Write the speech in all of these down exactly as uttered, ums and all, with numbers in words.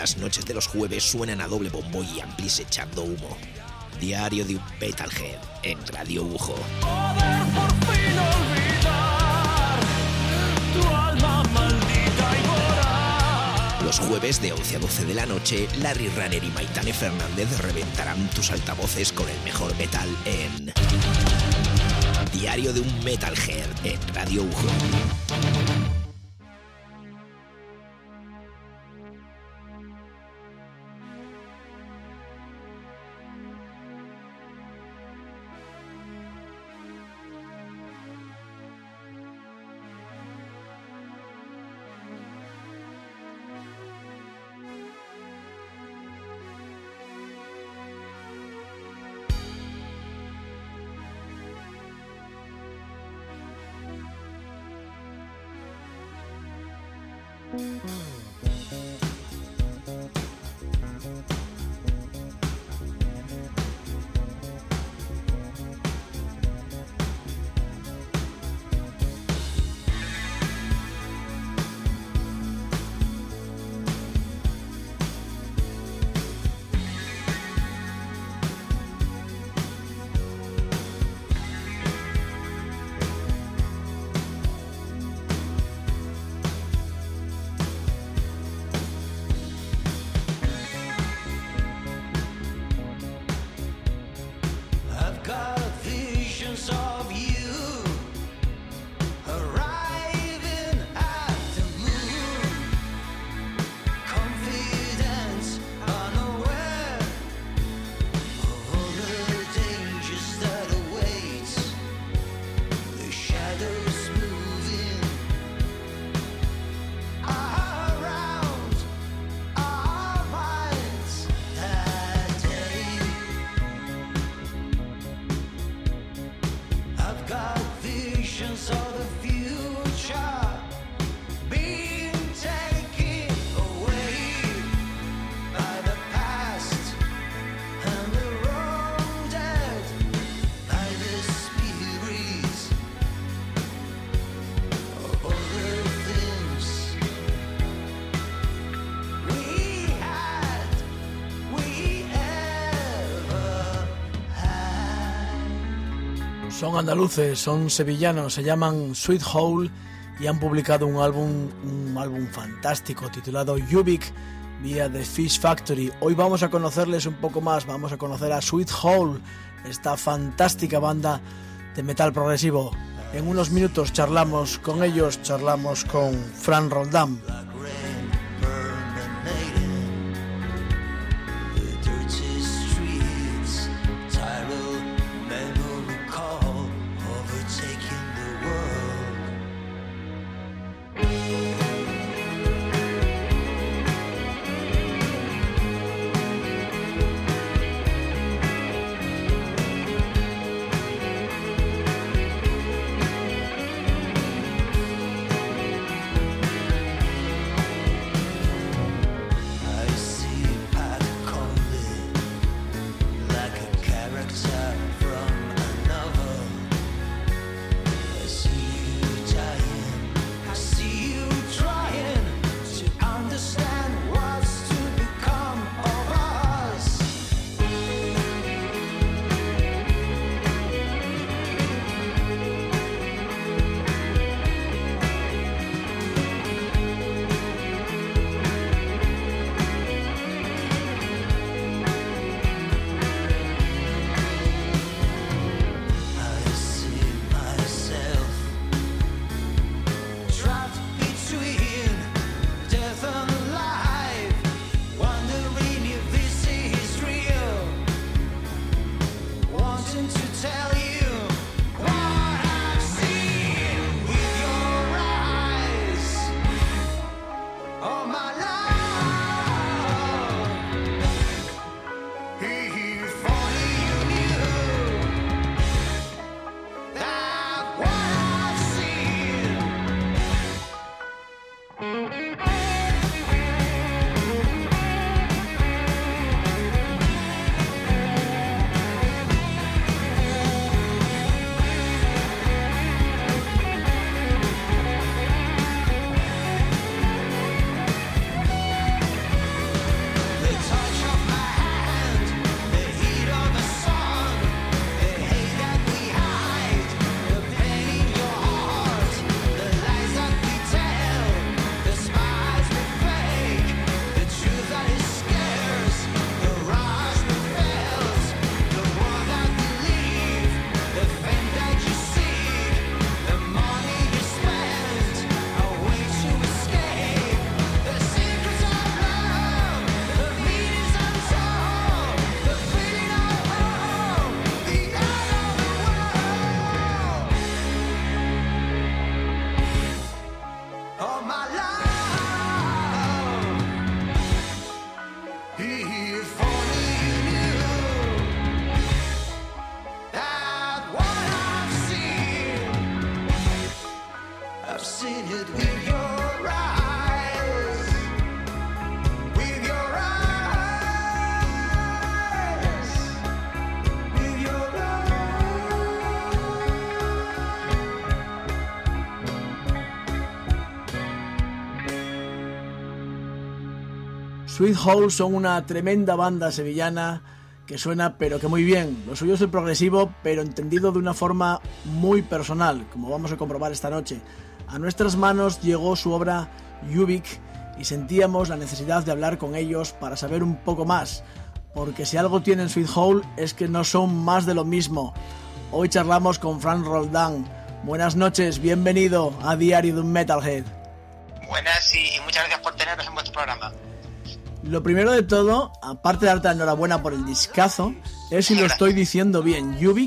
las noches de los jueves suenan a doble bombo y amplis echando humo. Diario de un Metalhead en Radio Ujo. Poder por fin olvidar tu alma maldita y voraz. Los jueves de once a doce de la noche, Larry Runner y Maitane Fernández reventarán tus altavoces con el mejor metal en Diario de un Metalhead en Radio Ujo. Son andaluces, son sevillanos, se llaman Sweet Hole y han publicado un álbum, un álbum fantástico titulado Ubik vía The Fish Factory. Hoy vamos a conocerles un poco más, vamos a conocer a Sweet Hole, esta fantástica banda de metal progresivo. En unos minutos charlamos con ellos, charlamos con Fran Roldán. Sweet Hole son una tremenda banda sevillana que suena pero que muy bien. Lo suyo es el progresivo, pero entendido de una forma muy personal, como vamos a comprobar esta noche. A nuestras manos llegó su obra Ubik y sentíamos la necesidad de hablar con ellos para saber un poco más, porque si algo tienen Sweet Hole es que no son más de lo mismo. Hoy charlamos con Fran Roldán. Buenas noches, bienvenido a Diario de un Metalhead. Buenas y muchas gracias por tenernos en vuestro programa. Lo primero de todo, aparte de darte la enhorabuena por el discazo, es si lo estoy diciendo bien, Ubik.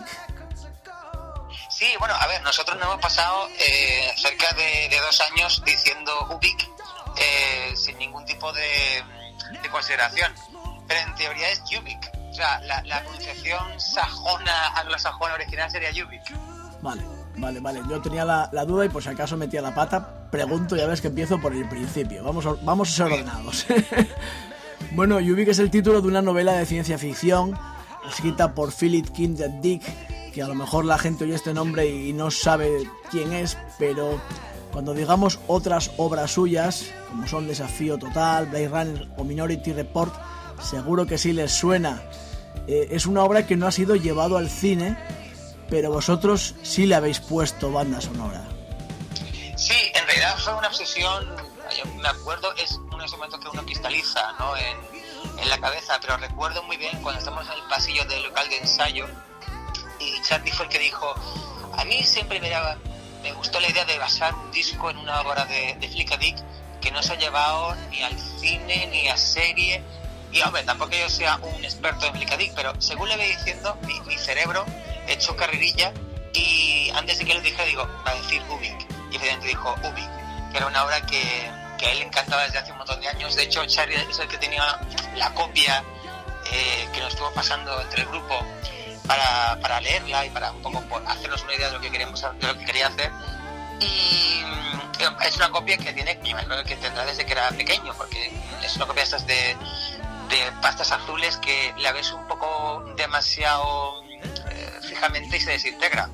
Sí, bueno, a ver, nosotros nos hemos pasado eh, cerca de, de dos años diciendo Ubik eh, sin ningún tipo de, de consideración, pero en teoría es Ubik. O sea, la, la pronunciación sajona, anglosajona original sería Ubik. Vale, vale, vale. Yo tenía la, la duda y por si acaso metía la pata, pregunto, ya ves que empiezo por el principio. Vamos a, vamos a ser ordenados. Bueno, Ubik es el título de una novela de ciencia ficción escrita por Philip K. Dick, que a lo mejor la gente oye este nombre y no sabe quién es, pero cuando digamos otras obras suyas, como son Desafío Total, Blade Runner o Minority Report, seguro que sí les suena. Eh, es una obra que no ha sido llevado al cine, pero vosotros sí le habéis puesto banda sonora. Sí, en realidad fue una obsesión, yo me acuerdo, es uno de esos momentos que uno cristaliza, ¿no?, en, en la cabeza, pero recuerdo muy bien cuando estamos en el pasillo del local de ensayo y Charlie fue el que dijo, a mí siempre me, daba, me gustó la idea de basar un disco en una obra de, de Philip K. Dick que no se ha llevado ni al cine ni a serie, y hombre, tampoco yo sea un experto en Philip K. Dick, pero según le iba diciendo, mi, mi cerebro echó carrerilla y antes de que lo dijera digo, va a decir Ubik, y evidentemente dijo Ubik, que era una obra que, que a él le encantaba desde hace un montón de años. De hecho, Charlie es el que tenía la copia eh, que nos estuvo pasando entre el grupo para, para leerla y para un poco hacernos una idea de lo que queríamos, de lo que quería hacer. Y es una copia que tiene, yo creo que tendrá desde que era pequeño, porque es una copia de estas de, de pastas azules que la ves un poco demasiado eh, fijamente y se desintegra.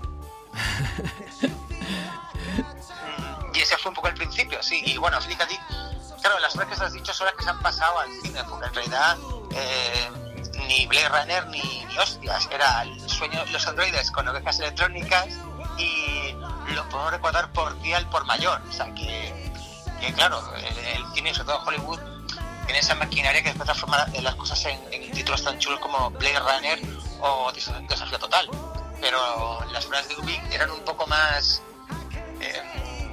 Y ese fue un poco el principio, sí. Y bueno, Philip K. Dick, claro, las obras que has dicho son las que se han pasado al cine, porque en realidad eh, ni Blade Runner ni, ni hostias, era el sueño de los androides con ovejas electrónicas y lo podemos recordar por día al por mayor. O sea que, que claro, el, el cine, sobre todo Hollywood, tiene esa maquinaria que después transforma las cosas en, en títulos tan chulos como Blade Runner o Desafío Total. Pero las obras de Ubik eran un poco más... Eh,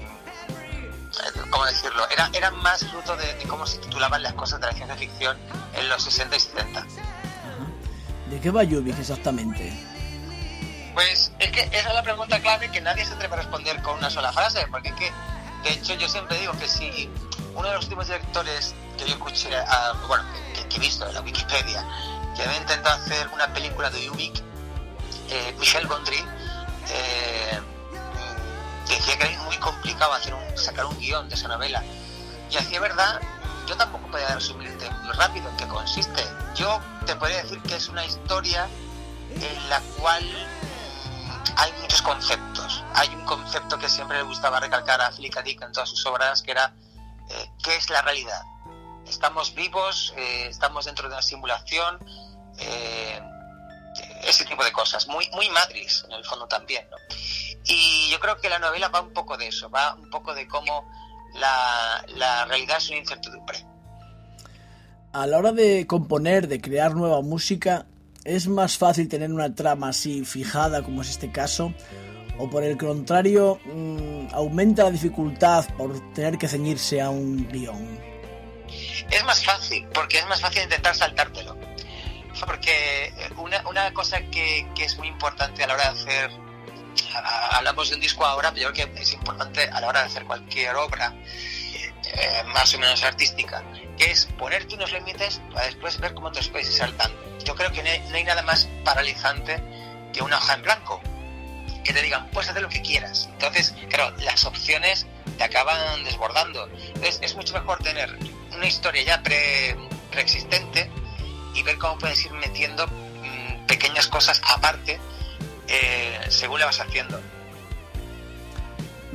¿cómo decirlo? Era, eran más fruto de, de cómo se titulaban las cosas de la ciencia ficción en los sesenta y setenta. ¿De qué va Ubik exactamente? Pues es que esa es la pregunta clave que nadie se atreve a responder con una sola frase, porque es que, de hecho, yo siempre digo que si uno de los últimos directores que yo escuché, a, bueno, que, que he visto en la Wikipedia, que había intentado hacer una película de Ubik, eh, Michel Gondry, eh, decía que era muy complicado hacer un, sacar un guión de esa novela. Y así es verdad, yo tampoco podía resumirte muy rápido en qué consiste. Yo te podría decir que es una historia en la cual hay muchos conceptos. Hay un concepto que siempre le gustaba recalcar a Philip K. Dick en todas sus obras, que era eh, ¿qué es la realidad? ¿Estamos vivos? Eh, ¿Estamos dentro de una simulación? Eh, ese tipo de cosas. Muy, muy Matrix, en el fondo también, ¿no? Y yo creo que la novela va un poco de eso, va un poco de cómo la, la realidad es una incertidumbre. A la hora de componer, de crear nueva música, ¿es más fácil tener una trama así fijada, como es este caso? ¿O por el contrario, mmm, aumenta la dificultad por tener que ceñirse a un guión? Es más fácil, porque es más fácil intentar saltártelo. Porque una, una cosa que, que es muy importante a la hora de hacer, hablamos de un disco ahora, pero yo creo que es importante a la hora de hacer cualquier obra eh, más o menos artística, que es ponerte unos límites para después ver cómo te los puedes ir saltando. Yo creo que no hay, no hay nada más paralizante que una hoja en blanco, que te digan, puedes hacer lo que quieras. Entonces, claro, las opciones te acaban desbordando. Entonces, es mucho mejor tener una historia ya pre, preexistente y ver cómo puedes ir metiendo mmm, pequeñas cosas aparte eh, según la vas haciendo.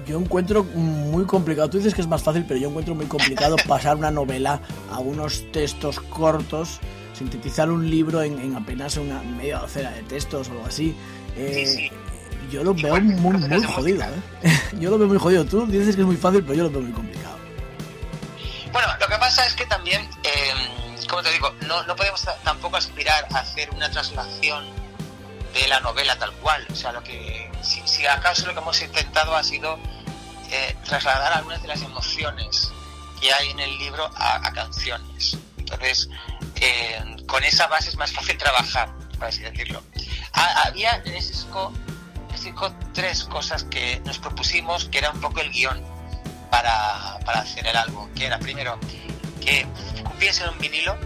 yo encuentro muy complicado, tú dices que es más fácil, pero yo encuentro muy complicado pasar una novela a unos textos cortos, sintetizar un libro en, en apenas una media docena de textos o algo así. Eh, sí, sí. Yo lo veo muy, muy jodido, ¿eh? Yo lo veo muy jodido. Tú dices que es muy fácil, pero yo lo veo muy complicado. Bueno, lo que pasa es que también, eh, como te digo, no, no podemos tampoco aspirar a hacer una traslación de la novela tal cual. O sea, lo que si, si acaso lo que hemos intentado ha sido eh, trasladar algunas de las emociones que hay en el libro a, a canciones. Entonces, eh, con esa base es más fácil trabajar, por así decirlo. Ha, había en ese disco, ese disco tres cosas que nos propusimos, que era un poco el guión para, para hacer el álbum. Que era, primero, que cumpliese en un vinilo,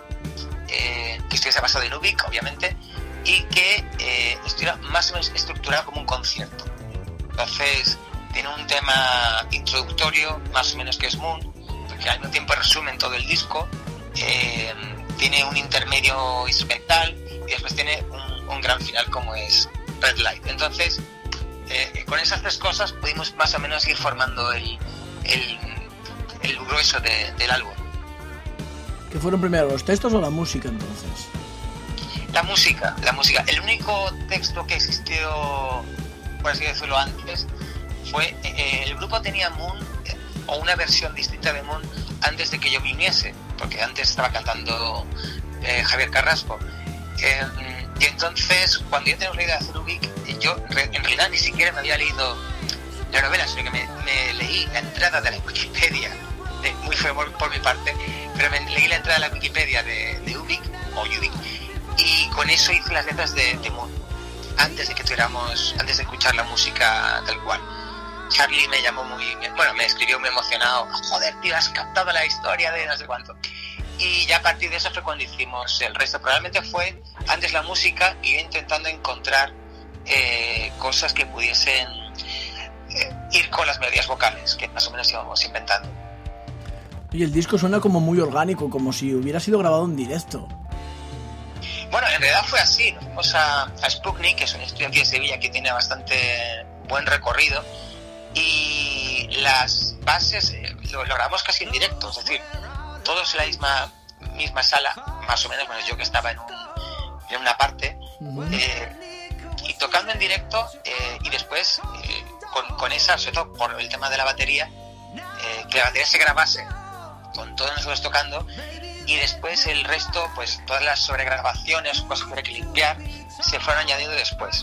eh, que estuviese basado en Ubik, obviamente, y que eh, estuviera más o menos estructurado como un concierto. Entonces, tiene un tema introductorio, más o menos, que es Moon, porque al mismo tiempo resumen todo el disco. Eh, tiene un intermedio instrumental y después tiene un, un gran final como es Red Light. Entonces, eh, con esas tres cosas pudimos más o menos ir formando el, el, el grueso de, del álbum. ¿Qué fueron primero, los textos o la música entonces? La música, la música. El único texto que existió, por así decirlo, antes fue, eh, el grupo tenía Moon, eh, o una versión distinta de Moon, antes de que yo viniese, porque antes estaba cantando eh, Javier Carrasco. Eh, y entonces, cuando yo tenía la idea de hacer Ubik, yo re, en realidad ni siquiera me había leído la novela, sino que me, me leí la entrada de la Wikipedia, de, muy feo por, por mi parte, pero me leí la entrada de la Wikipedia de, de Ubik, o Ubik, y con eso hice las letras de, de Moon, antes de que tuviéramos, antes de escuchar la música tal cual. Charlie me llamó muy, bueno, me escribió muy emocionado, joder, tío, has captado la historia de no sé cuánto. Y ya a partir de eso fue cuando hicimos el resto. Probablemente fue antes la música y yo intentando encontrar eh, cosas que pudiesen eh, ir con las melodías vocales, que más o menos íbamos inventando. Y el disco suena como muy orgánico, como si hubiera sido grabado en directo. Bueno, en realidad fue así. Nos fuimos a, a Sputnik, que es un estudio aquí de Sevilla que tiene bastante buen recorrido, y las bases eh, lo, lo grabamos casi en directo, es decir, todos en la misma misma sala, más o menos, bueno, yo que estaba en, un, en una parte, uh-huh. eh, y tocando en directo, eh, y después eh, con, con esa, sobre todo por el tema de la batería, eh, que la batería se grabase con todos nosotros tocando, y después el resto, pues todas las sobregrabaciones, cosas que había que limpiar, se fueron añadiendo después.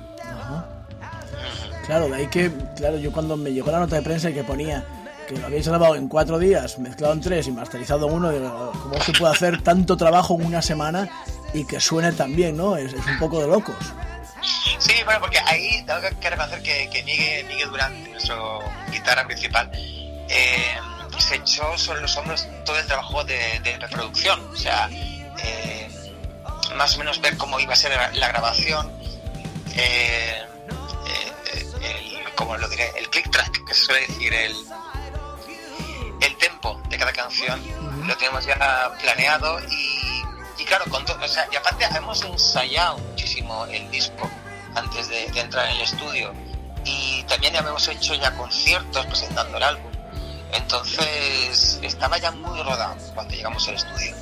Claro, de ahí que, claro, yo cuando me llegó la nota de prensa y que ponía que lo habéis grabado en cuatro días, mezclado en tres y masterizado en uno, digo, ¿cómo se puede hacer tanto trabajo en una semana y que suene tan bien, no? Es, es un poco de locos. Sí, bueno, porque ahí tengo que reconocer que, que Miguel, Miguel Durán, nuestro guitarra principal, eh, se echó sobre los hombros todo el trabajo de, de reproducción, o sea, eh, más o menos ver cómo iba a ser la, la grabación, eh, el, como lo diré, el click track, que se suele decir, el, el tempo de cada canción, uh-huh. Lo tenemos ya planeado y, y claro, con todo, o sea, y aparte hemos ensayado muchísimo el disco antes de, de entrar en el estudio, y también hemos hecho ya conciertos presentando el álbum, entonces estaba ya muy rodado cuando llegamos al estudio.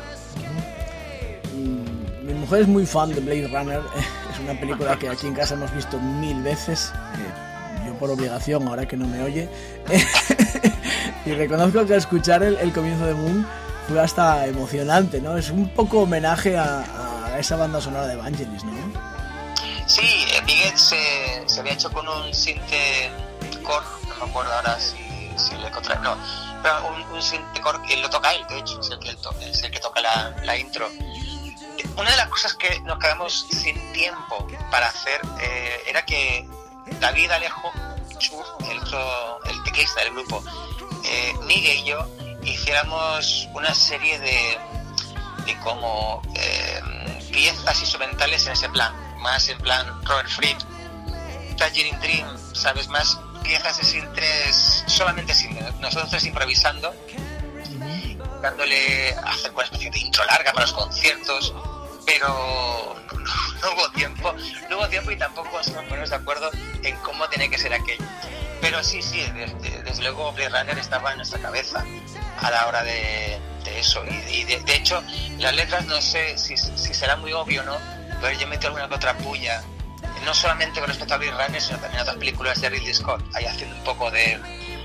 Mi mujer es muy fan de Blade Runner. Es una película que aquí en casa hemos visto mil veces, eh, yo por obligación, ahora que no me oye. Y reconozco que al escuchar el, el comienzo de Moon fue hasta emocionante, ¿no? Es un poco homenaje a, a esa banda sonora de Vangelis, ¿no? Sí, Miguel se, se había hecho con un synth core, no me acuerdo ahora si, si le contrae, no, pero un, un synth core que lo toca él, de hecho, es el que, to, es el que toca la, la intro. Una de las cosas que nos quedamos sin tiempo para hacer eh, era que David Alejo, el, otro, el teclista del grupo, eh, Miguel y yo hiciéramos una serie de, de como eh, piezas instrumentales en ese plan, más en plan Robert Fripp, Tangerine Dream, ¿sabes? Más piezas de synths, solamente synths, nosotros tres improvisando, dándole a hacer una especie de intro larga para los conciertos, pero no, no, no hubo tiempo, no hubo tiempo y tampoco conseguimos ponernos de acuerdo en cómo tenía que ser aquello. pero sí, sí, desde, desde luego Blade Runner estaba en nuestra cabeza a la hora de, de eso. Y, y de, de hecho, las letras no sé si, si será muy obvio o no, pero yo he metido alguna que otra puya, no solamente con respecto a Blade Runner, sino también a otras películas de Ridley Scott, ahí haciendo un poco de,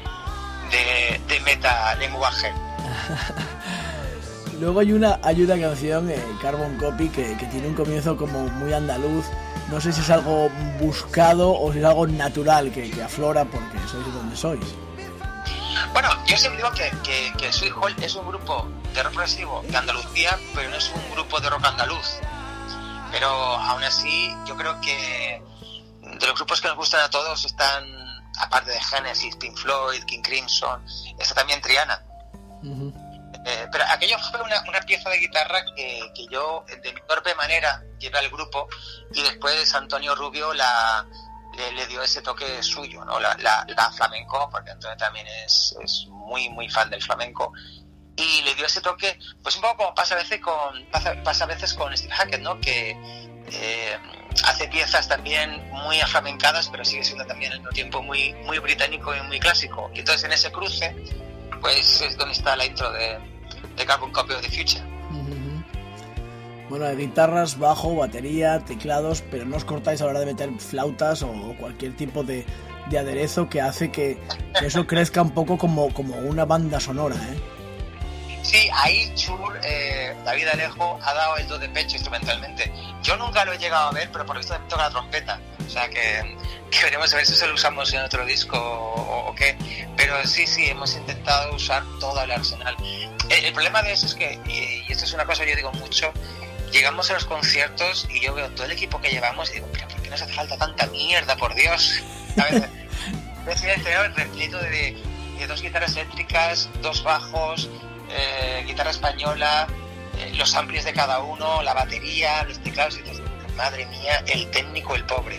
de, de meta lenguaje. Luego hay una, hay una canción, eh, Carbon Copy, que, que tiene un comienzo como muy andaluz. No sé si es algo buscado o si es algo natural que, que aflora porque sois de donde sois. Bueno, yo siempre digo que, que, que Sweet Hall es un grupo de rock progresivo de Andalucía, pero no es un grupo de rock andaluz. Pero aún así, yo creo que de los grupos que nos gustan a todos están, aparte de Genesis, Pink Floyd, King Crimson, está también Triana. Uh-huh. Eh, pero aquello fue una, una pieza de guitarra que, que yo de mi torpe manera llevé al grupo y después Antonio Rubio la, le, le dio ese toque suyo, ¿no? La, la, la flamenco, porque Antonio también es, es muy muy fan del flamenco, y le dio ese toque, pues un poco como pasa a veces con pasa, pasa a veces con Steve Hackett, ¿no? Que eh, hace piezas también muy aflamencadas, pero sigue siendo también al mismo tiempo muy muy británico y muy clásico. Y entonces en ese cruce pues es donde está la intro de, de Carbon Copy of the Future. Uh-huh. Bueno, de guitarras, bajo, batería, teclados, pero no os cortáis a la hora de meter flautas o cualquier tipo de, de aderezo que hace que, que eso crezca un poco como, como una banda sonora, ¿eh? Sí, ahí Chur, eh, David Alejo, ha dado el do de pecho instrumentalmente. Yo nunca lo he llegado a ver, pero por esto me toca la trompeta. O sea que, que veremos a ver si se lo usamos en otro disco o, o qué. Pero sí, sí, hemos intentado usar todo el arsenal. El, el problema de eso es que, y, y esto es una cosa que yo digo mucho, llegamos a los conciertos y yo veo todo el equipo que llevamos y digo, pero ¿por qué nos hace falta tanta mierda, por Dios? ¿Sabes? Ves el escenario repleto de, de dos guitarras eléctricas, dos bajos, eh, guitarra española, eh, los amplis de cada uno, la batería, los teclados, y dices, madre mía, el técnico, el pobre.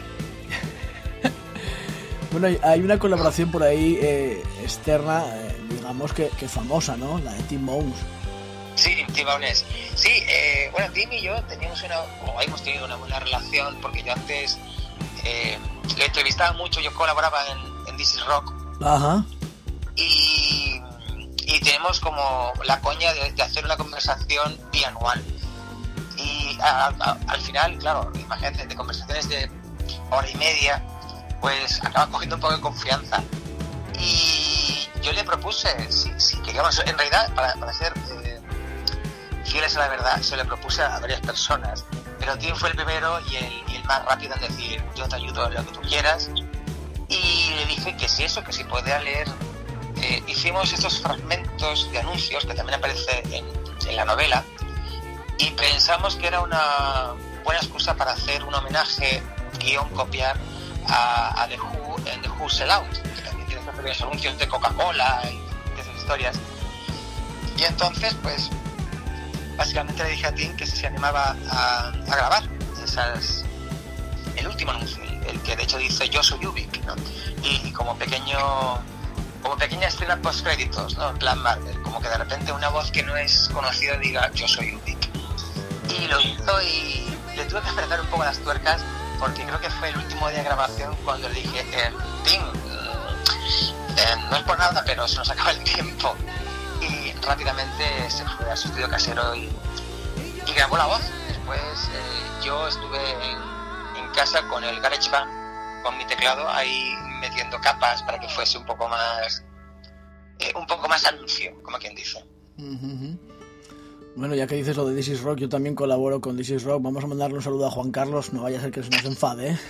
Bueno, hay una colaboración por ahí eh, externa, eh, digamos que, que famosa, ¿no? La de Tim Bones. Sí, Tim Bones. Sí, eh, bueno, Tim y yo teníamos una, o hemos tenido una buena relación, porque yo antes eh, le entrevistaba mucho, yo colaboraba en, en This Is Rock. Ajá. Y, y tenemos como la coña de, de hacer una conversación bianual. Y a, a, al final, claro, imagínate, de conversaciones de hora y media, pues acaba cogiendo un poco de confianza. Y yo le propuse, si, si queríamos, en realidad, para, para ser eh, fieles a la verdad, se lo propuse a varias personas, pero Tim fue el primero y el, y el más rápido en decir, yo te ayudo en lo que tú quieras. Y le dije que si eso, que si podía leer. Eh, hicimos estos fragmentos de anuncios que también aparece en, en la novela, y pensamos que era una buena excusa para hacer un homenaje, guión, copiar a, a The Who en The Who Sell Out, que también tiene estos pequeños anuncios de Coca-Cola y de esas historias. Y entonces, pues, básicamente le dije a Tim que si se animaba a, a grabar esas, el último anuncio, el que de hecho dice Yo soy Ubik, ¿no? Y, y como pequeño, como pequeña escena post créditos, ¿no? En plan Marvel, como que de repente una voz que no es conocida diga Yo soy Ubik. Y lo hizo y le tuve que apretar un poco las tuercas, porque creo que fue el último día de grabación cuando le dije, eh, Tim, eh, no es por nada, pero se nos acaba el tiempo. Y rápidamente se fue a su estudio casero y, y grabó la voz. Después eh, yo estuve en, en casa con el GarageBand, con mi teclado, ahí metiendo capas para que fuese un poco más, eh, un poco más anuncio, como quien dice. Uh-huh. Bueno, ya que dices lo de This Is Rock, yo también colaboro con This Is Rock. Vamos a mandarle un saludo a Juan Carlos, no vaya a ser que se nos enfade, ¿eh?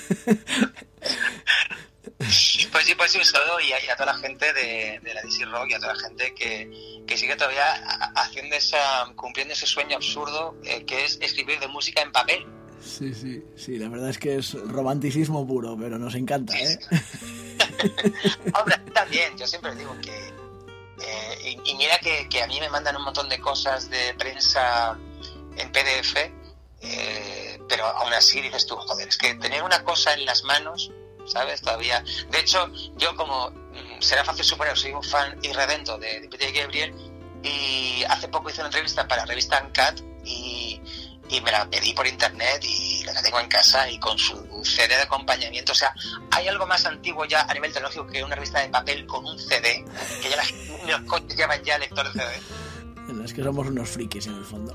Pues sí, pues sí, un saludo y a, y a toda la gente de, de la This Is Rock y a toda la gente que, que sigue todavía haciendo esa, cumpliendo ese sueño absurdo eh, que es escribir de música en papel. Sí, sí, sí, la verdad es que es romanticismo puro, pero nos encanta, ¿eh? Hombre, también, yo siempre digo que Eh, y, y mira que, que a mí me mandan un montón de cosas de prensa en P D F, eh, pero aún así dices tú, joder, es que tener una cosa en las manos, ¿sabes? Todavía. De hecho, yo como mm, será fácil suponer, soy un fan irredento de, de Peter Gabriel, y hace poco hice una entrevista para la revista Uncut y, y me la pedí por internet y la tengo en casa y con su C D de acompañamiento. O sea, hay algo más antiguo ya a nivel tecnológico que una revista de papel con un C D, que ya las, los coches llevan ya lector de C D. Es que somos unos frikis en el fondo.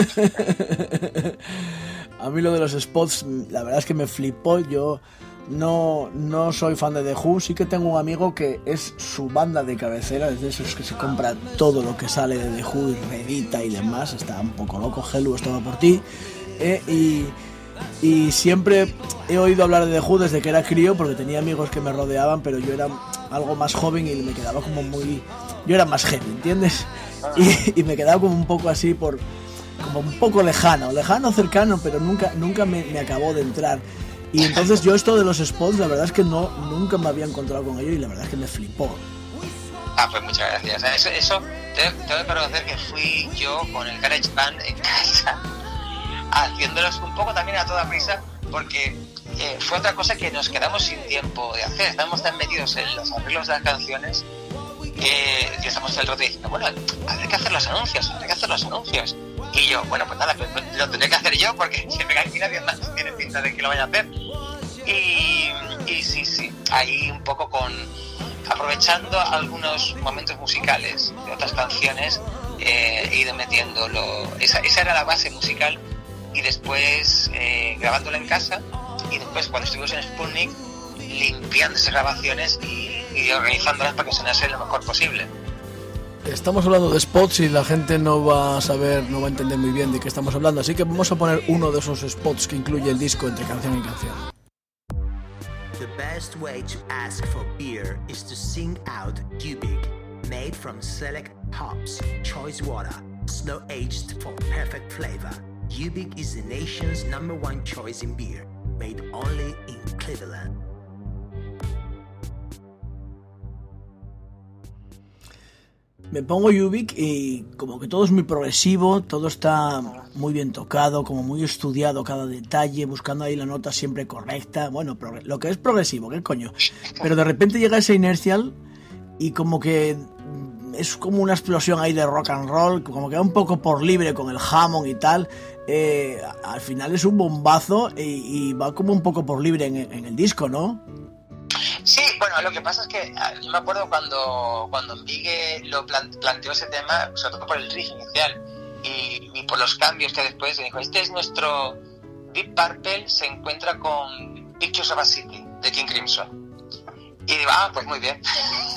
A mí lo de los spots, la verdad es que me flipó. Yo no, no soy fan de The Who. Sí que tengo un amigo que es su banda de cabecera, es de esos que se compra todo lo que sale de The Who y reedita y demás. Está un poco loco. Hello, estaba por ti. Eh, y, y siempre he oído hablar de The Who desde que era crío, porque tenía amigos que me rodeaban, pero yo era algo más joven y me quedaba como muy... Yo era más heavy, ¿entiendes? Y, y me quedaba como un poco así por... como un poco lejano, lejano, cercano, pero nunca, nunca me, me acabó de entrar. Y entonces yo esto de los spots, la verdad es que no, nunca me había encontrado con ello y la verdad es que me flipó. Ah, pues muchas gracias. Eso, eso tengo, tengo que reconocer que fui yo con el GarageBand en casa, haciéndolos un poco también a toda prisa, porque eh, fue otra cosa que nos quedamos sin tiempo de hacer. Estábamos tan metidos en los arreglos de las canciones que ya estamos el rato diciendo, bueno, habrá que hacer los anuncios, habrá que hacer los anuncios. Y yo, bueno, pues nada, pues lo tendré que hacer yo porque si me cae aquí nadie más tiene pinta de que lo vaya a hacer. Y, y sí, sí, ahí un poco con aprovechando algunos momentos musicales de otras canciones, eh, he ido metiéndolo, esa, esa era la base musical, y después eh, grabándola en casa, y después cuando estuvimos en Sputnik limpiando esas grabaciones y, y organizándolas para que sonase lo mejor posible. Estamos hablando de spots y la gente no va a saber, no va a entender muy bien de qué estamos hablando, así que vamos a poner uno de esos spots que incluye el disco entre canción y canción. The best way to ask for beer is to sing out Ubik, made from select hops, choice water, snow aged for perfect flavor. Ubik is the nation's number one choice in beer, made only in Cleveland. Me pongo Ubik y como que todo es muy progresivo, todo está muy bien tocado, como muy estudiado cada detalle, buscando ahí la nota siempre correcta. Bueno, lo que es progresivo, ¿qué coño? Pero de repente llega ese Inertial y como que es como una explosión ahí de rock and roll, como que va un poco por libre con el Hammond y tal. Eh, al final es un bombazo y, y va como un poco por libre en, en el disco, ¿no? Sí, bueno, lo que pasa es que yo me acuerdo cuando cuando Migue lo plan, planteó ese tema, sobre todo por el riff inicial y, y por los cambios que después me dijo, este es nuestro Deep Purple se encuentra con Pictures of a City de King Crimson. Y digo, ah, pues muy bien.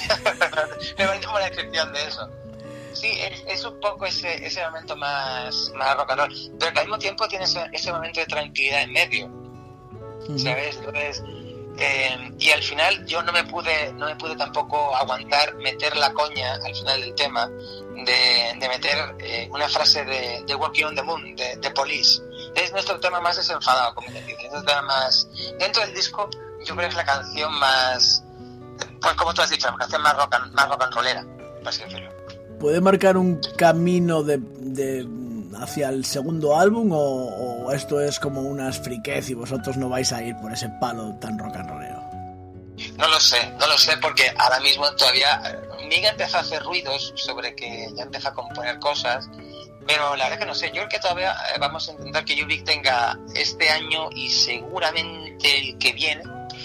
Me parece como la descripción de eso. Sí, es, es un poco ese ese momento más, más rock and roll, pero que al mismo tiempo tiene ese, ese momento de tranquilidad en medio, uh-huh. ¿Sabes? Entonces... Eh, y al final yo no me pude no me pude tampoco aguantar meter la coña al final del tema de, de meter eh, una frase de, de Walking on the Moon de, de Police. Es nuestro tema más desenfadado, como te dices, es el tema más dentro del disco. Yo creo que es la canción más, pues como tú has dicho, la canción más rock and, más rock and rollera, por así decirlo. ¿Puede marcar un camino de, de hacia el segundo álbum o, o esto es como unas friquez y vosotros no vais a ir por ese palo tan rock and rollero? No lo sé, no lo sé porque ahora mismo todavía Miguel empezó a hacer ruidos sobre que ya empezó a componer cosas, pero la verdad que no sé. Yo creo que todavía vamos a intentar que Ubik tenga este año y seguramente el que viene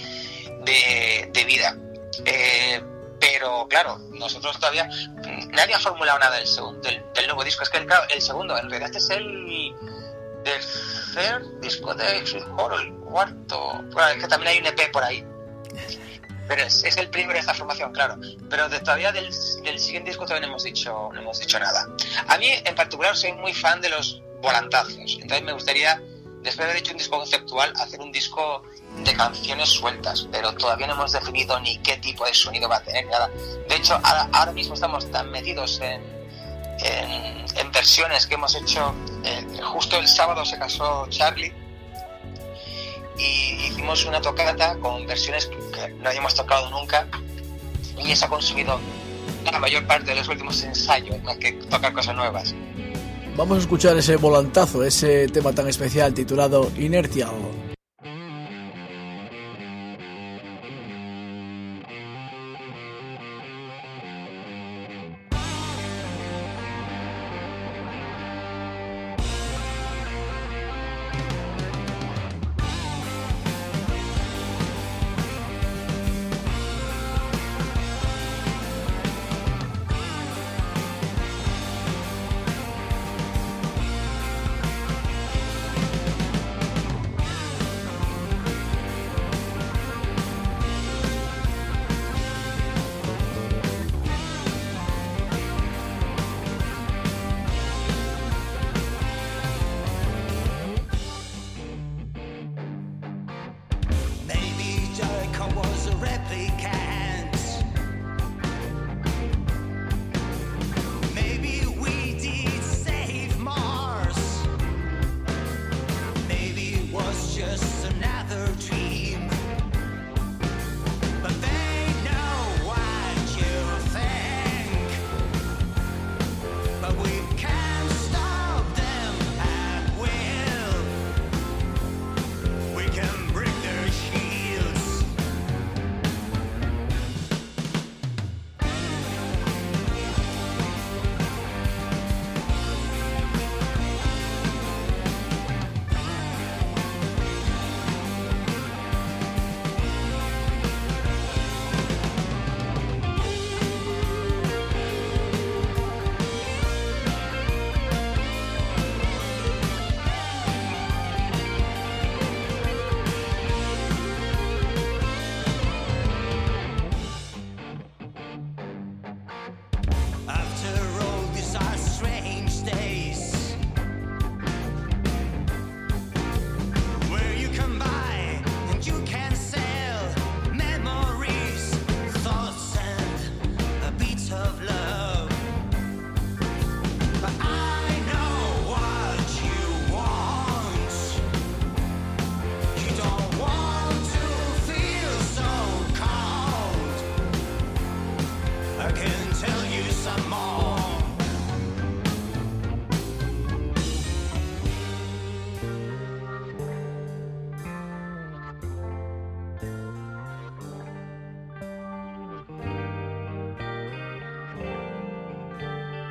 de, de vida. Eh, pero claro, nosotros todavía nadie ha formulado nada del segundo del, del nuevo disco. Es que el, el segundo en realidad este es el tercer disco de Sweet Horror, el cuarto. Bueno, es que también hay un E P por ahí, pero es, es el primero de esta formación, claro. Pero de, todavía del, del siguiente disco todavía no hemos dicho no hemos dicho nada. A mí en particular soy muy fan de los volantazos, entonces me gustaría, después de haber hecho un disco conceptual, hacer un disco de canciones sueltas, pero todavía no hemos definido ni qué tipo de sonido va a tener, nada. De hecho, ahora, ahora mismo estamos tan metidos en, en, en versiones que hemos hecho. Eh, justo el sábado se casó Charlie y hicimos una tocata con versiones que no habíamos tocado nunca, y eso ha consumido la mayor parte de los últimos ensayos, más que tocar cosas nuevas. Vamos a escuchar ese volantazo, ese tema tan especial titulado Inertial.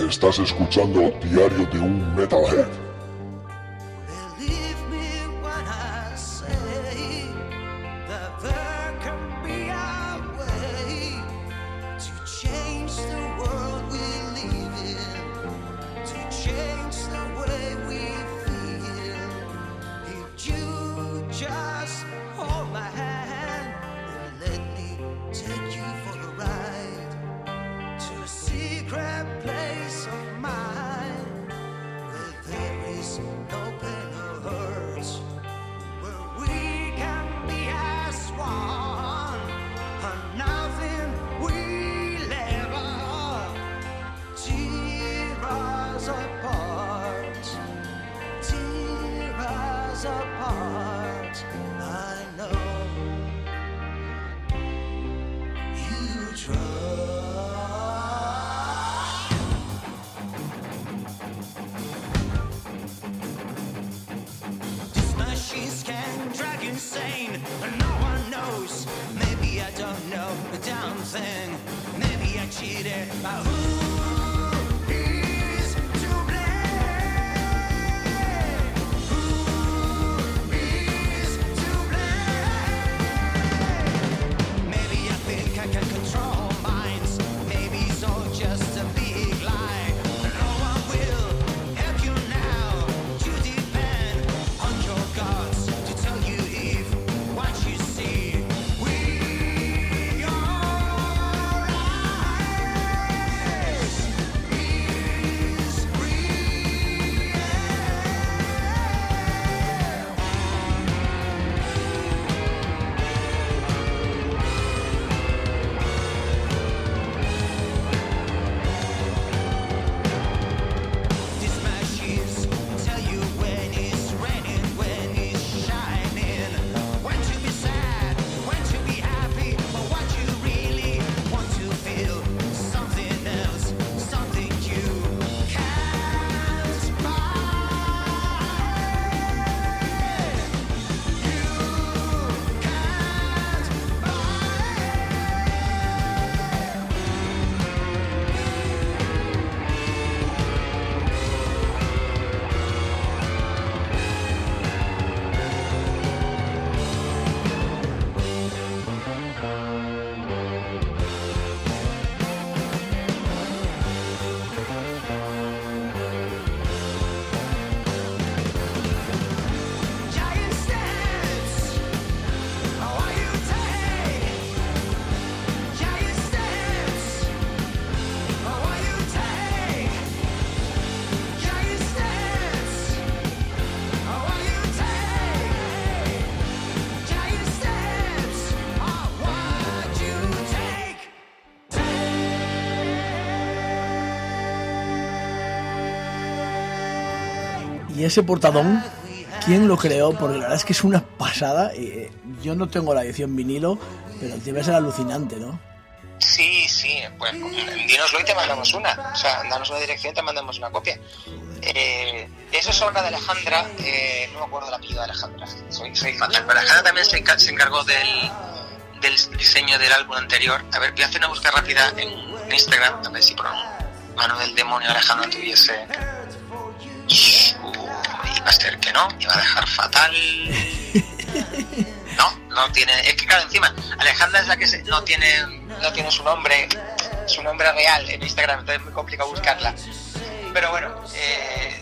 Estás escuchando Diario de un Metalhead. Believe me when I say that there can be a way to change the world we live in, to change the way we feel. If you just hold my hand and let me take you for a ride to a secret place of mine where there is no pain or hurt, where we can be as one, and nothing will ever tear us apart, tear us apart. I know you try. These machines can drag insane, and no one knows. Maybe I don't know the damn thing. Maybe I cheated. But who is to blame? Who is to blame? Maybe I think I can control minds. Maybe it's all just a big lie. No one will help you now. You depend on your gods to tell you if what you see with your eyes is real. These machines tell you when it's raining, when it's shining, when to be sad, when to be happy, but what you really want to feel, something else, something you can't buy. You can't buy. Giant steps, oh, why you take? Giant steps, oh, why you take? Giant steps, oh, why you take? Giant steps, oh, why you take? Y ese portadón, ¿quién lo creó? Porque la verdad es que es una pasada. Eh, yo no tengo la edición vinilo, pero debe ser alucinante, ¿no? Sí, sí, pues dínoslo y te mandamos una. O sea, danos una dirección y te mandamos una copia. Eh, eso es obra de Alejandra, eh, no me acuerdo el apellido de Alejandra, soy, soy fatal. Pero Alejandra también se, enca- se encargó del, del diseño del álbum anterior. A ver, voy a hacer una búsqueda rápida en Instagram, a ver si por mano del demonio Alejandra tuviese... Uy, iba a ser que no, iba a dejar fatal. No, no tiene... Es que claro, encima, Alejandra es la que se, no tiene no tiene su nombre, su nombre real en Instagram, entonces es muy complicado buscarla. Pero bueno, eh...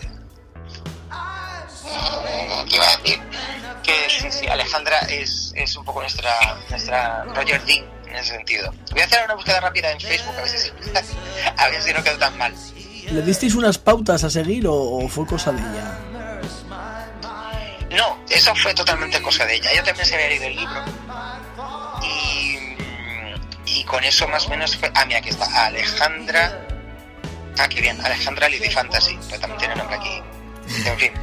¿qué iba a decir? Que sí, sí, Alejandra es, es un poco nuestra, nuestra Roger Dean en ese sentido. Voy a hacer una búsqueda rápida en Facebook, a ver si, a ver si no quedó tan mal. ¿Le disteis unas pautas a seguir o, o fue cosa de ella? No, eso fue totalmente cosa de ella. Yo también se había leído el libro. Y, y con eso más o menos fue... Ah, mira, aquí está. Alejandra... Ah, qué bien. Alejandra Lily Fantasy. Pero también tiene nombre aquí. En fin.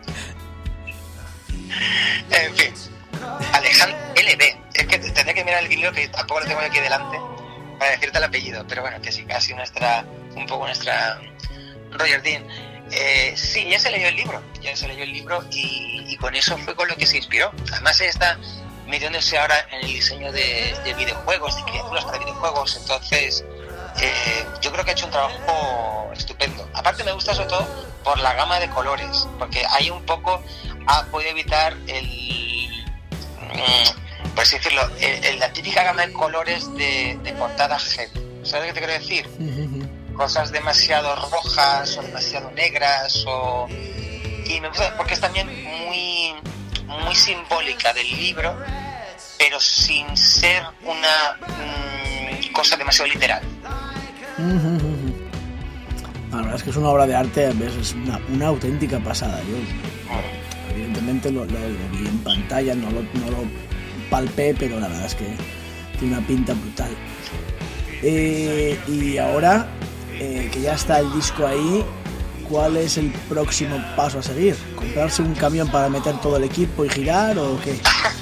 En fin. Alejandra L B. Es que tendré que mirar el vídeo que tampoco lo tengo aquí delante para decirte el apellido. Pero bueno, que sí, casi nuestra... Un poco nuestra... Roger Dean. Eh, sí, ya se leyó el libro, ya se leyó el libro y, y con eso fue con lo que se inspiró. Además ella está metiéndose ahora en el diseño de, de videojuegos, de criaturas para videojuegos, entonces eh, yo creo que ha hecho un trabajo estupendo. Aparte me gusta sobre todo por la gama de colores, porque hay un poco, ha podido evitar el, mm, por así decirlo, el, el, la típica gama de colores de, de portada heavy. ¿Sabes lo que te quiero decir? Uh-huh. Cosas demasiado rojas o demasiado negras o... Y me gusta porque es también muy, muy simbólica del libro, pero sin ser una mmm, cosa demasiado literal. Uh-huh. La verdad es que es una obra de arte, es una, una auténtica pasada. Yo, uh-huh. evidentemente lo, lo, lo vi en pantalla, no lo, no lo palpé, pero la verdad es que tiene una pinta brutal. Eh, y ahora eh, que ya está el disco ahí, ¿cuál es el próximo paso a seguir? ¿Comprarse un camión para meter todo el equipo y girar o qué?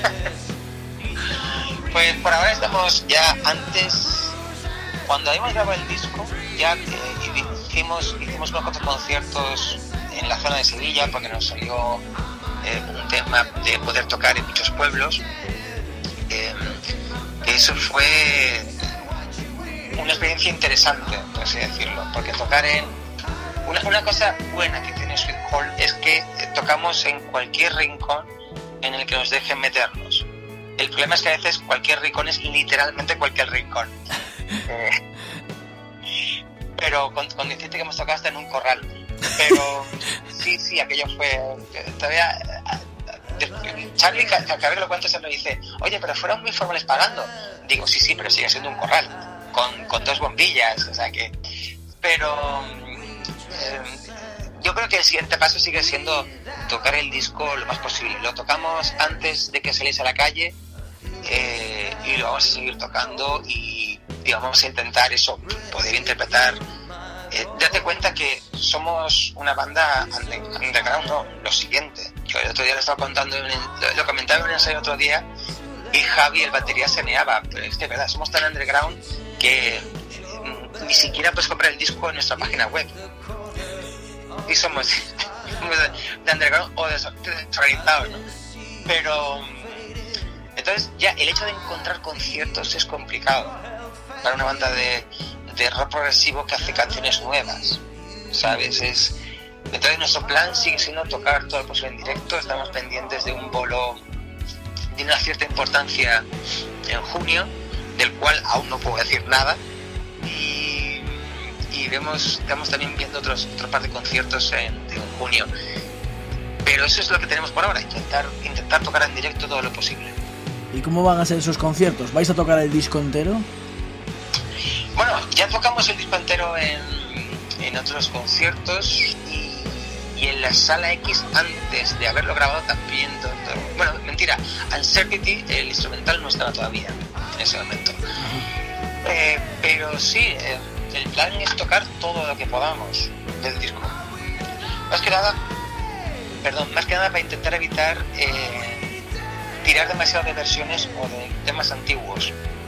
Pues por ahora estamos ya antes, cuando habíamos grabado el disco, ya eh, hicimos, hicimos unos cuantos conciertos en la zona de Sevilla, porque nos salió eh, un tema de poder tocar en muchos pueblos. Eh, eso fue una experiencia interesante, por así decirlo, porque tocar en... Una, una cosa buena que tiene Sweet Hole es que eh, tocamos en cualquier rincón en el que nos dejen meternos. El problema es que a veces cualquier rincón es literalmente cualquier rincón. eh, pero con, con decirte que hemos tocado hasta en un corral. Pero sí, sí, aquello fue... Todavía... Charlie, cada vez que lo cuento, se me dice, oye, pero fueron muy formales pagando. Digo, sí, sí, pero sigue siendo un corral, con, con dos bombillas, o sea que... Pero eh, yo creo que el siguiente paso sigue siendo tocar el disco lo más posible. Lo tocamos antes de que saliese a la calle eh, y lo vamos a seguir tocando y, y vamos a intentar eso, poder interpretar. Eh, date cuenta que somos una banda underground, no, lo siguiente. Yo el otro día lo estaba contando, en, lo, lo comentaba en un ensayo otro día y Javi, el batería, se neaba, pero es que verdad, somos tan underground que mm, ni siquiera puedes comprar el disco en nuestra página web. Y somos de underground o desactualizados, ¿no? Pero entonces ya el hecho de encontrar conciertos es complicado para una banda de de rock progresivo que hace canciones nuevas, ¿sabes? Es... Entonces nuestro plan sigue siendo tocar todo lo posible en directo. Estamos pendientes de un bolo de una cierta importancia en junio, del cual aún no puedo decir nada, y, y vemos, estamos también viendo otros otro par de conciertos en, en junio, pero eso es lo que tenemos por ahora, intentar, intentar tocar en directo todo lo posible. ¿Y cómo van a ser esos conciertos? ¿Vais a tocar el disco entero? Bueno, ya tocamos el disco entero en, en otros conciertos y, y en la Sala X antes de haberlo grabado también. Todo, todo. Bueno, mentira, Uncertainty, el instrumental, no estaba todavía en ese momento. Eh, pero sí, eh, el plan es tocar todo lo que podamos del disco. Más que nada, perdón, más que nada para intentar evitar eh, tirar demasiado de versiones o de temas antiguos.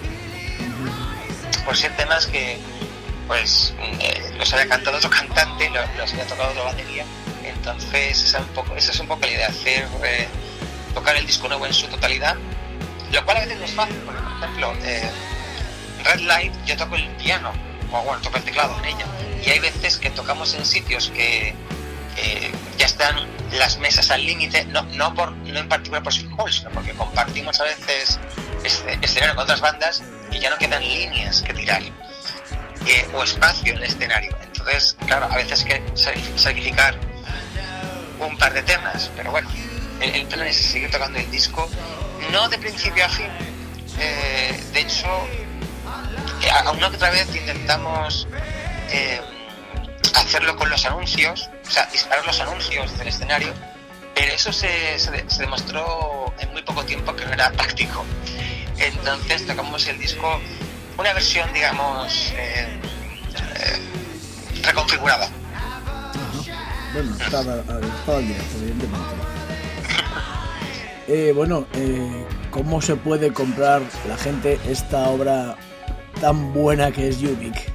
Por ser temas que pues eh, los había cantado otro cantante, los, los había tocado otra batería. Entonces esa, un poco, esa es un poco la idea, hacer eh, tocar el disco nuevo en su totalidad, lo cual a veces no es fácil, porque por ejemplo eh, Red Light yo toco el piano, o bueno, toco el teclado en ella, y hay veces que tocamos en sitios que eh, ya están las mesas al límite, no, no, por, no en particular por Sweet Hole, sino porque compartimos a veces este, escenario con otras bandas y ya no quedan líneas que tirar eh, o espacio en el escenario. Entonces, claro, a veces hay que sacrificar un par de temas, pero bueno, el, el plan es seguir tocando el disco, no de principio a fin. Eh, de hecho, eh, a una que otra vez intentamos eh, hacerlo con los anuncios, o sea, disparar los anuncios del escenario, pero eso se, se, se demostró en muy poco tiempo que no era práctico. Entonces tocamos el disco, una versión, digamos, eh, eh, reconfigurada. Ajá. Bueno, estaba, estaba al directo, evidentemente. Eh, bueno, eh, ¿cómo se puede comprar la gente esta obra tan buena que es Ubik?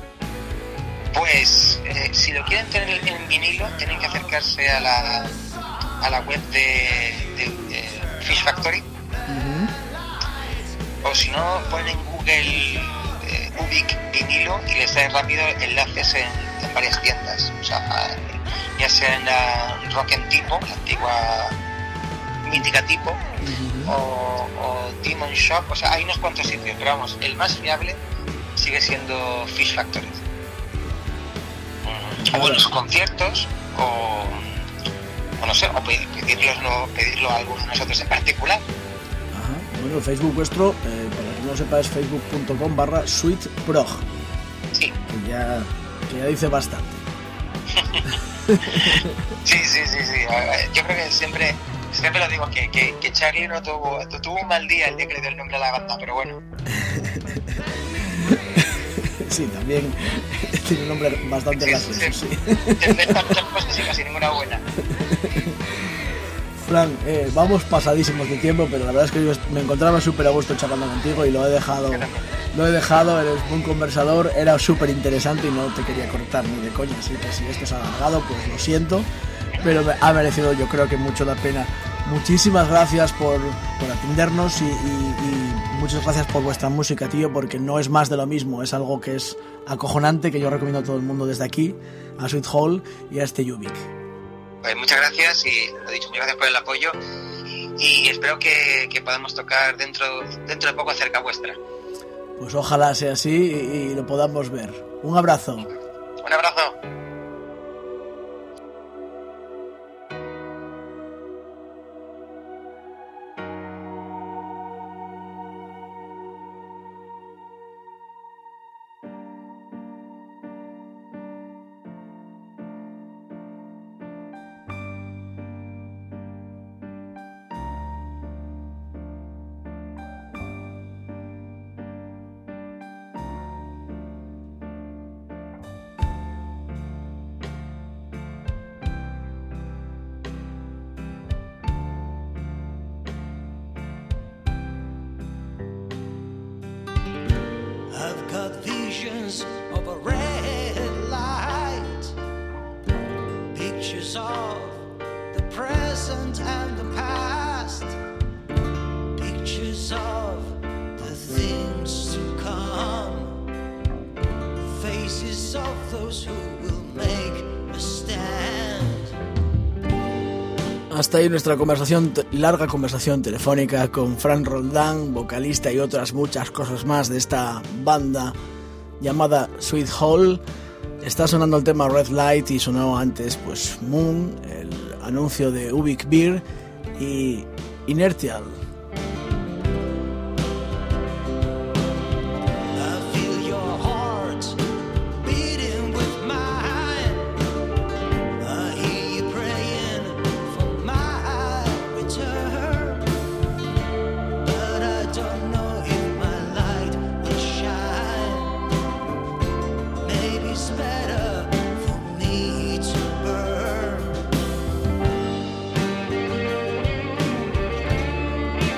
Pues, eh, si lo quieren tener en vinilo, tienen que acercarse a la, a la web de, de, de Fish Factory. Uh-huh. O si no, ponen en Google eh, Ubik vinilo y les rápido enlaces en, en varias tiendas, o sea, ya sea en la Rock and Tipo, la antigua mítica Tipo, uh-huh. o, o Demon Shop, o sea, hay unos cuantos sitios, pero vamos, el más fiable sigue siendo Fish Factory. Mm, o en los conciertos, o, o no sé, o pedirlos, no, pedirlo a alguno de nosotros en particular. Ajá. Bueno, Facebook vuestro, eh, para que no lo sepa, es facebook.com barra sweetprog. Sí. Que ya, que ya dice bastante. sí, sí, sí, sí. Yo creo que siempre, siempre lo digo, que, que, que Charlie no tuvo, tuvo un mal día el día que le dio el nombre a la banda, pero bueno. Sí, también tiene un nombre bastante sí, gracioso, sí. sí. Te inventas muchas cosas y casi ninguna buena. Fran, eh, vamos pasadísimos de tiempo, pero la verdad es que yo me encontraba súper a gusto charlando contigo y lo he dejado, lo he dejado, eres un conversador, era súper interesante y no te quería cortar ni de coña, así que si esto se ha alargado, pues lo siento, pero ha merecido yo creo que mucho la pena. Muchísimas gracias por, por atendernos y, y, y muchas gracias por vuestra música, tío, porque no es más de lo mismo, es algo que es acojonante, que yo recomiendo a todo el mundo desde aquí, a Sweet Hole y a este Yubik. Pues muchas gracias y lo dicho, muchas gracias por el apoyo y espero que, que podamos tocar dentro, dentro de poco cerca vuestra. Pues ojalá sea así y, y lo podamos ver. Un abrazo. Un abrazo. I've got visions of a red light, pictures of the present and the past, pictures of the things to come, faces of those who will make a stand. Hasta ahí nuestra conversación, larga conversación telefónica con Fran Roldán, vocalista y otras muchas cosas más de esta banda llamada Sweet Hole. Está sonando el tema Red Light y sonó antes pues Moon, el anuncio de Ubik Beer y Inertial. Better for me to burn.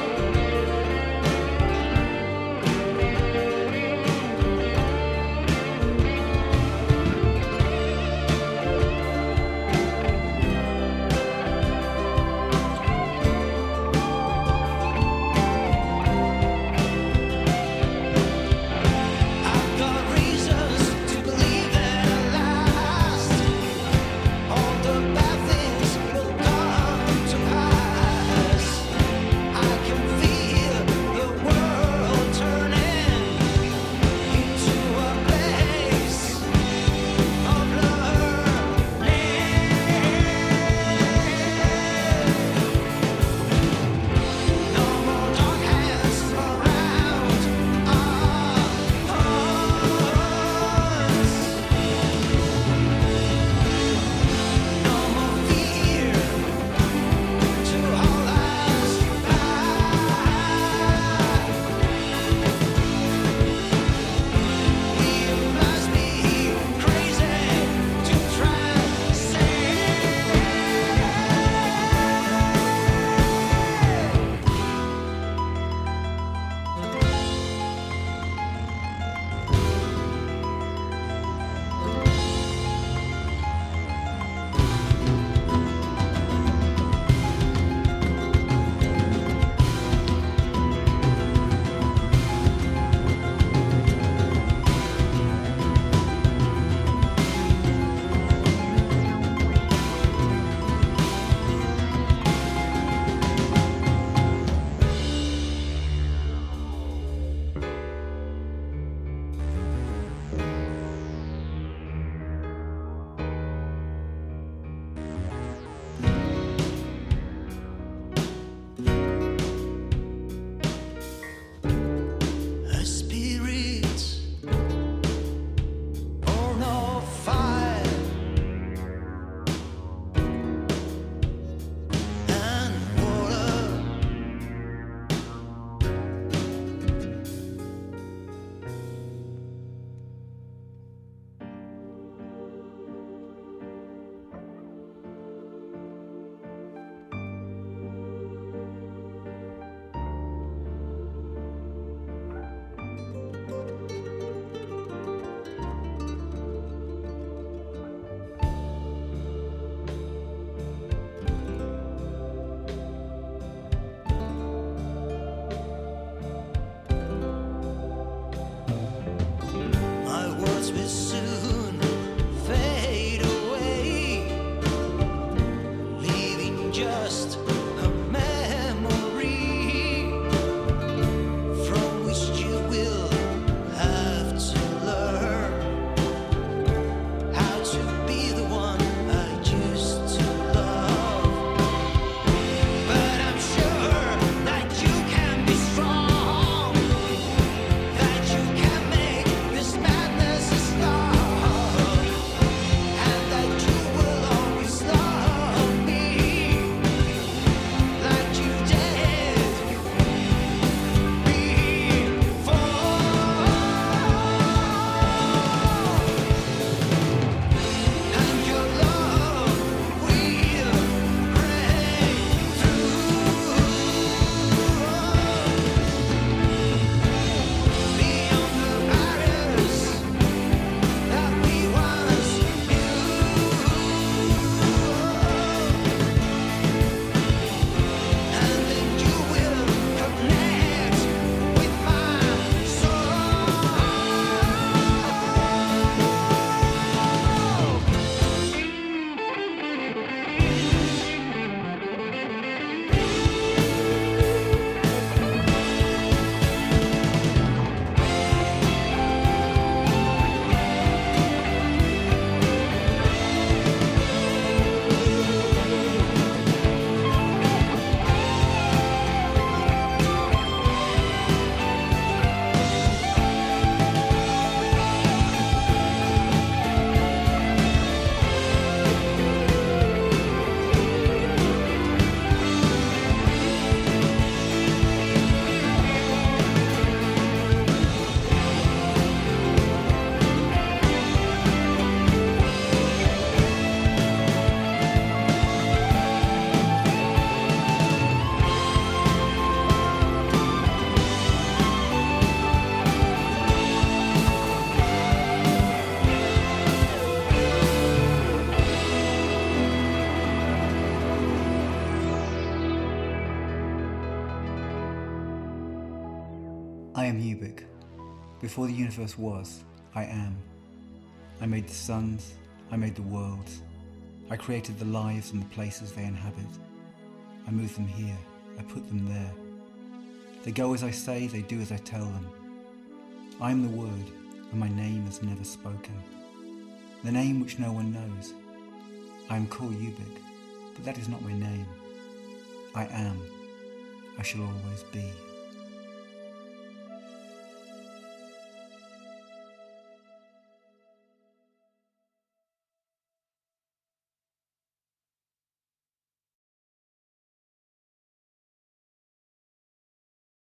am Ubik. Before the universe was, I am. I made the suns, I made the worlds. I created the lives and the places they inhabit. I moved them here, I put them there. They go as I say, they do as I tell them. I am the word, and my name is never spoken. The name which no one knows. I am called Ubik, but that is not my name. I am. I shall always be.